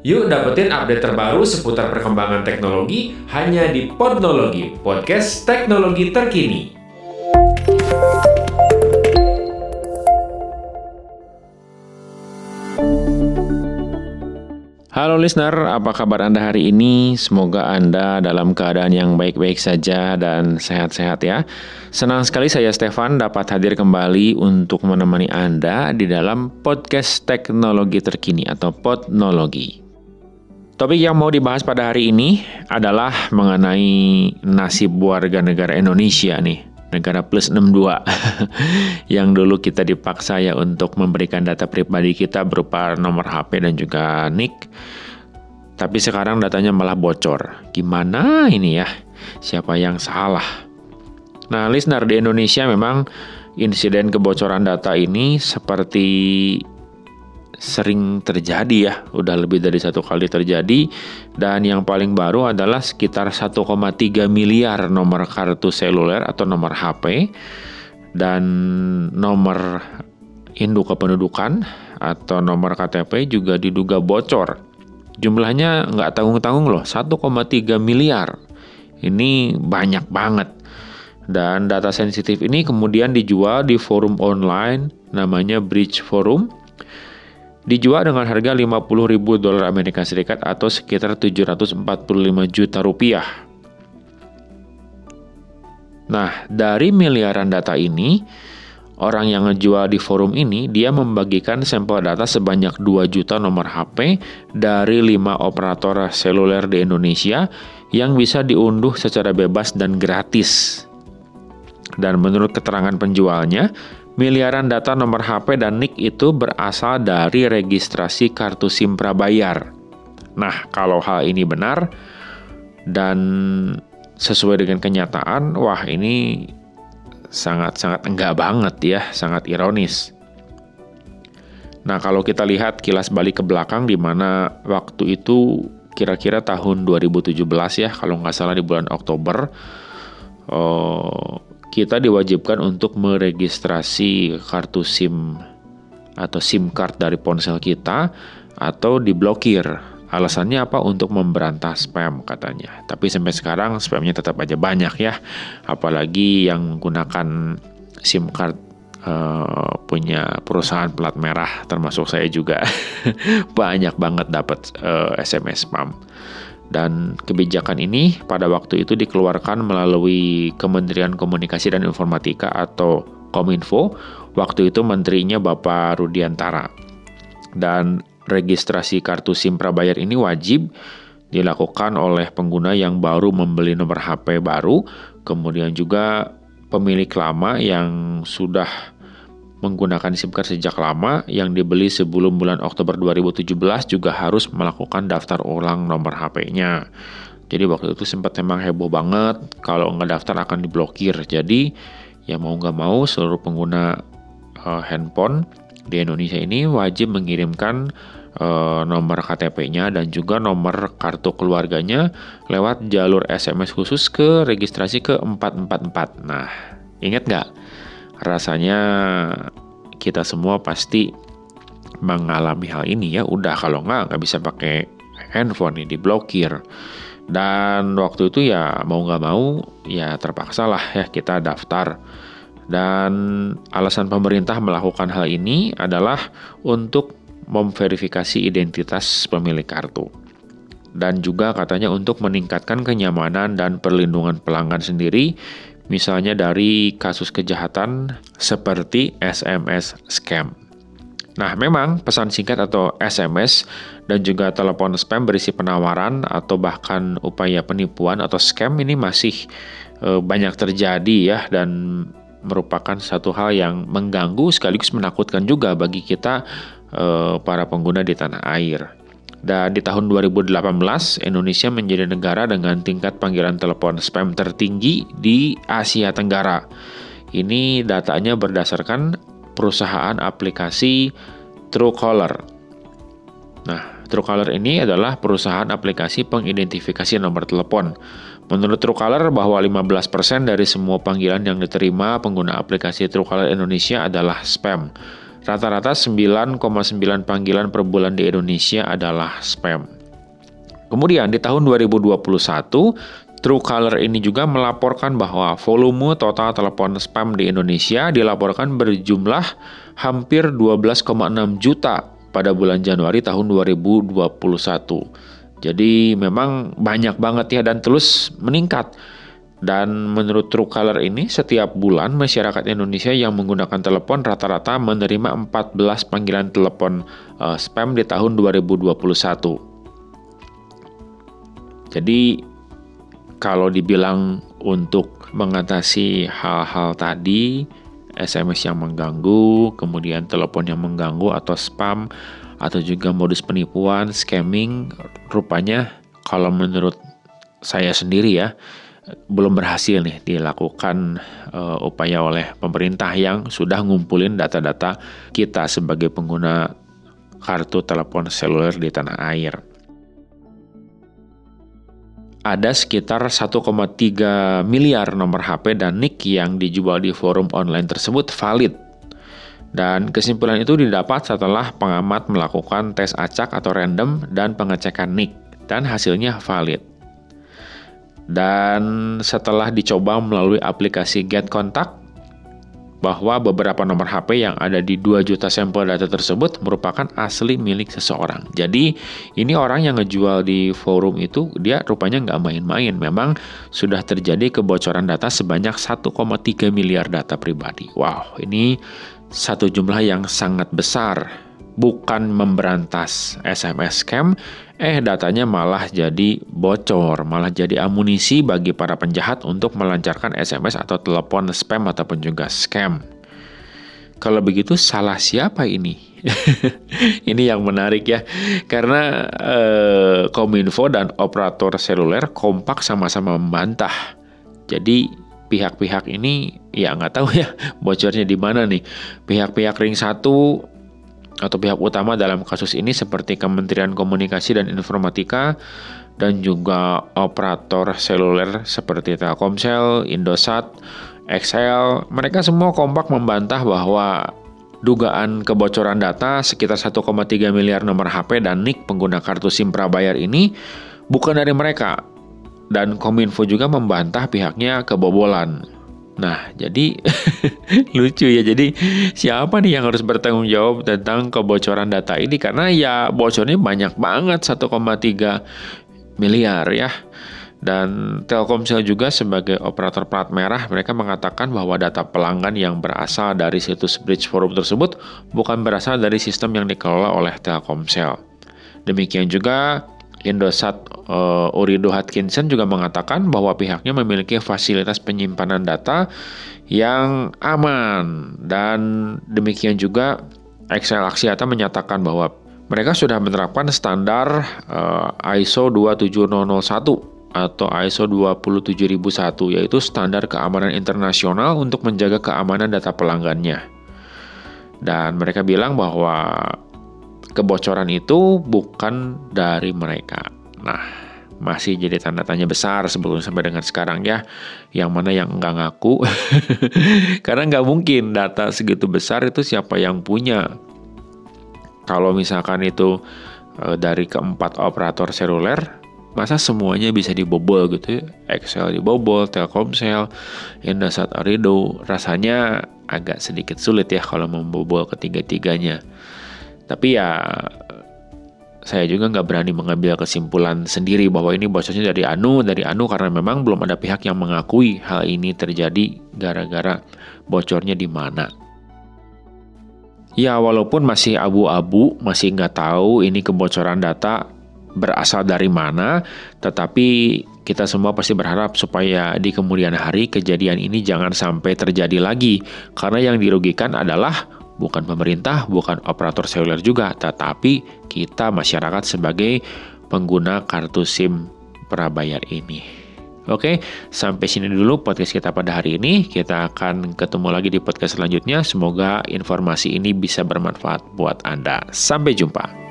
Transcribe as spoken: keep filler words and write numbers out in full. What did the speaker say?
Yuk dapetin update terbaru seputar perkembangan teknologi hanya di Podnologi, podcast teknologi terkini. Halo listener, apa kabar Anda hari ini? Semoga Anda dalam keadaan yang baik-baik saja dan sehat-sehat ya. Senang sekali saya Stefan dapat hadir kembali untuk menemani Anda di dalam podcast teknologi terkini atau Podnologi. Topik yang mau dibahas pada hari ini adalah mengenai nasib warga negara Indonesia nih, negara plus enam puluh dua, yang dulu kita dipaksa ya untuk memberikan data pribadi kita berupa nomor H P dan juga nik, tapi sekarang datanya malah bocor. Gimana ini ya? Siapa yang salah? Nah, listener, di Indonesia memang insiden kebocoran data ini seperti sering terjadi ya, udah lebih dari satu kali terjadi, dan yang paling baru adalah sekitar satu koma tiga miliar nomor kartu seluler atau nomor H P dan nomor induk kependudukan atau nomor K T P juga diduga bocor. Jumlahnya nggak tanggung-tanggung loh, satu koma tiga miliar. Ini banyak banget. Dan data sensitif ini kemudian dijual di forum online namanya Bridge Forum. Dijual dengan harga lima puluh ribu dolar Amerika Serikat atau sekitar tujuh ratus empat puluh lima juta rupiah. Nah, dari miliaran data ini, orang yang ngejual di forum ini, dia membagikan sampel data sebanyak dua juta nomor H P dari lima operator seluler di Indonesia yang bisa diunduh secara bebas dan gratis. Dan menurut keterangan penjualnya, miliaran data nomor H P dan nik itu berasal dari registrasi kartu SIM prabayar. Nah, kalau hal ini benar dan sesuai dengan kenyataan, wah ini sangat-sangat enggak banget ya, sangat ironis. Nah, kalau kita lihat kilas balik ke belakang di mana waktu itu kira-kira tahun dua ribu tujuh belas ya, kalau nggak salah di bulan Oktober, oh, kita diwajibkan untuk meregistrasi kartu SIM atau SIM card dari ponsel kita atau diblokir. Alasannya apa? Untuk memberantas spam katanya. Tapi sampai sekarang spamnya tetap aja banyak ya. Apalagi yang menggunakan SIM card uh, punya perusahaan plat merah, termasuk saya juga. Banyak banget dapat uh, S M S spam. Dan kebijakan ini pada waktu itu dikeluarkan melalui Kementerian Komunikasi dan Informatika atau Kominfo. Waktu itu menterinya Bapak Rudiantara. Dan registrasi kartu SIM prabayar ini wajib dilakukan oleh pengguna yang baru membeli nomor H P baru, kemudian juga pemilik lama yang sudah menggunakan SIM card sejak lama yang dibeli sebelum bulan Oktober dua ribu tujuh belas juga harus melakukan daftar ulang nomor H P-nya. Jadi waktu itu sempat memang heboh banget, kalau nggak daftar akan diblokir. Jadi ya mau nggak mau seluruh pengguna uh, handphone di Indonesia ini wajib mengirimkan uh, nomor K T P-nya dan juga nomor kartu keluarganya lewat jalur S M S khusus ke registrasi ke empat empat empat. Nah, ingat nggak? Rasanya kita semua pasti mengalami hal ini ya. Udah kalau nggak, nggak bisa pakai handphone ini, diblokir. Dan waktu itu ya mau nggak mau ya terpaksa lah ya kita daftar. Dan alasan pemerintah melakukan hal ini adalah untuk memverifikasi identitas pemilik kartu. Dan juga katanya untuk meningkatkan kenyamanan dan perlindungan pelanggan sendiri, misalnya dari kasus kejahatan seperti S M S scam. Nah, memang pesan singkat atau S M S dan juga telepon spam berisi penawaran atau bahkan upaya penipuan atau scam ini masih e, banyak terjadi ya, dan merupakan satu hal yang mengganggu sekaligus menakutkan juga bagi kita e, para pengguna di tanah air. Dan di tahun dua ribu delapan belas, Indonesia menjadi negara dengan tingkat panggilan telepon spam tertinggi di Asia Tenggara. Ini datanya berdasarkan perusahaan aplikasi Truecaller. Nah, Truecaller ini adalah perusahaan aplikasi pengidentifikasi nomor telepon. Menurut Truecaller bahwa lima belas persen dari semua panggilan yang diterima pengguna aplikasi Truecaller Indonesia adalah spam. Rata-rata sembilan koma sembilan panggilan per bulan di Indonesia adalah spam. Kemudian di tahun dua ribu dua puluh satu, Truecaller ini juga melaporkan bahwa volume total telepon spam di Indonesia dilaporkan berjumlah hampir dua belas koma enam juta pada bulan Januari tahun dua ribu dua puluh satu. Jadi memang banyak banget ya dan terus meningkat. Dan menurut Truecaller ini setiap bulan masyarakat Indonesia yang menggunakan telepon rata-rata menerima empat belas panggilan telepon uh, spam di tahun dua ribu dua puluh satu. Jadi kalau dibilang untuk mengatasi hal-hal tadi, S M S yang mengganggu, kemudian telepon yang mengganggu atau spam, atau juga modus penipuan, scamming, rupanya kalau menurut saya sendiri ya, belum berhasil nih dilakukan uh, upaya oleh pemerintah yang sudah ngumpulin data-data kita sebagai pengguna kartu telepon seluler di tanah air. Ada sekitar satu koma tiga miliar nomor H P dan N I C yang dijual di forum online tersebut valid. Dan kesimpulan itu didapat setelah pengamat melakukan tes acak atau random dan pengecekan N I C, dan hasilnya valid. Dan setelah dicoba melalui aplikasi Get Contact, bahwa beberapa nomor H P yang ada di dua juta sampel data tersebut merupakan asli milik seseorang. Jadi ini orang yang ngejual di forum itu dia rupanya nggak main-main. Memang sudah terjadi kebocoran data sebanyak satu koma tiga miliar data pribadi. Wow, ini satu jumlah yang sangat besar. Bukan memberantas S M S scam, eh datanya malah jadi bocor, malah jadi amunisi bagi para penjahat untuk melancarkan S M S atau telepon spam ataupun juga scam. Kalau begitu salah siapa ini? Ini yang menarik ya, karena eh, Kominfo dan operator seluler kompak sama-sama membantah. Jadi pihak-pihak ini ya nggak tahu ya bocornya di mana nih. Pihak-pihak ring satu atau pihak utama dalam kasus ini seperti Kementerian Komunikasi dan Informatika dan juga operator seluler seperti Telkomsel, Indosat, X L, mereka semua kompak membantah bahwa dugaan kebocoran data sekitar satu koma tiga miliar nomor H P dan N I C pengguna kartu SIM prabayar ini bukan dari mereka. Dan Kominfo juga membantah pihaknya kebobolan. Nah, jadi lucu ya. Jadi siapa nih yang harus bertanggung jawab tentang kebocoran data ini? Karena ya bocornya banyak banget, satu koma tiga miliar ya. Dan Telkomsel juga sebagai operator plat merah, mereka mengatakan bahwa data pelanggan yang berasal dari situs Bridge Forum tersebut bukan berasal dari sistem yang dikelola oleh Telkomsel. Demikian juga Indosat uh, Urido Hutchinson juga mengatakan bahwa pihaknya memiliki fasilitas penyimpanan data yang aman, dan demikian juga X L Axiata menyatakan bahwa mereka sudah menerapkan standar uh, I S O dua tujuh nol nol satu atau I S O dua tujuh ribu satu, yaitu standar keamanan internasional untuk menjaga keamanan data pelanggannya. Dan mereka bilang bahwa kebocoran itu bukan dari mereka. Nah, masih jadi tanda tanya besar sebelum sampai dengan sekarang ya. Yang mana yang nggak ngaku. Karena nggak mungkin data segitu besar itu siapa yang punya. Kalau misalkan itu e, dari keempat operator seluler, masa semuanya bisa dibobol gitu ya? X L dibobol, Telkomsel, Indosat Urido. Rasanya agak sedikit sulit ya kalau membobol ketiga-tiganya. Tapi ya saya juga nggak berani mengambil kesimpulan sendiri bahwa ini bocornya dari Anu, dari Anu karena memang belum ada pihak yang mengakui hal ini terjadi gara-gara bocornya di mana. Ya walaupun masih abu-abu, masih nggak tahu ini kebocoran data berasal dari mana, tetapi kita semua pasti berharap supaya di kemudian hari kejadian ini jangan sampai terjadi lagi, karena yang dirugikan adalah bukan pemerintah, bukan operator seluler juga, tetapi kita masyarakat sebagai pengguna kartu SIM prabayar ini. Oke, sampai sini dulu podcast kita pada hari ini. Kita akan ketemu lagi di podcast selanjutnya. Semoga informasi ini bisa bermanfaat buat Anda. Sampai jumpa.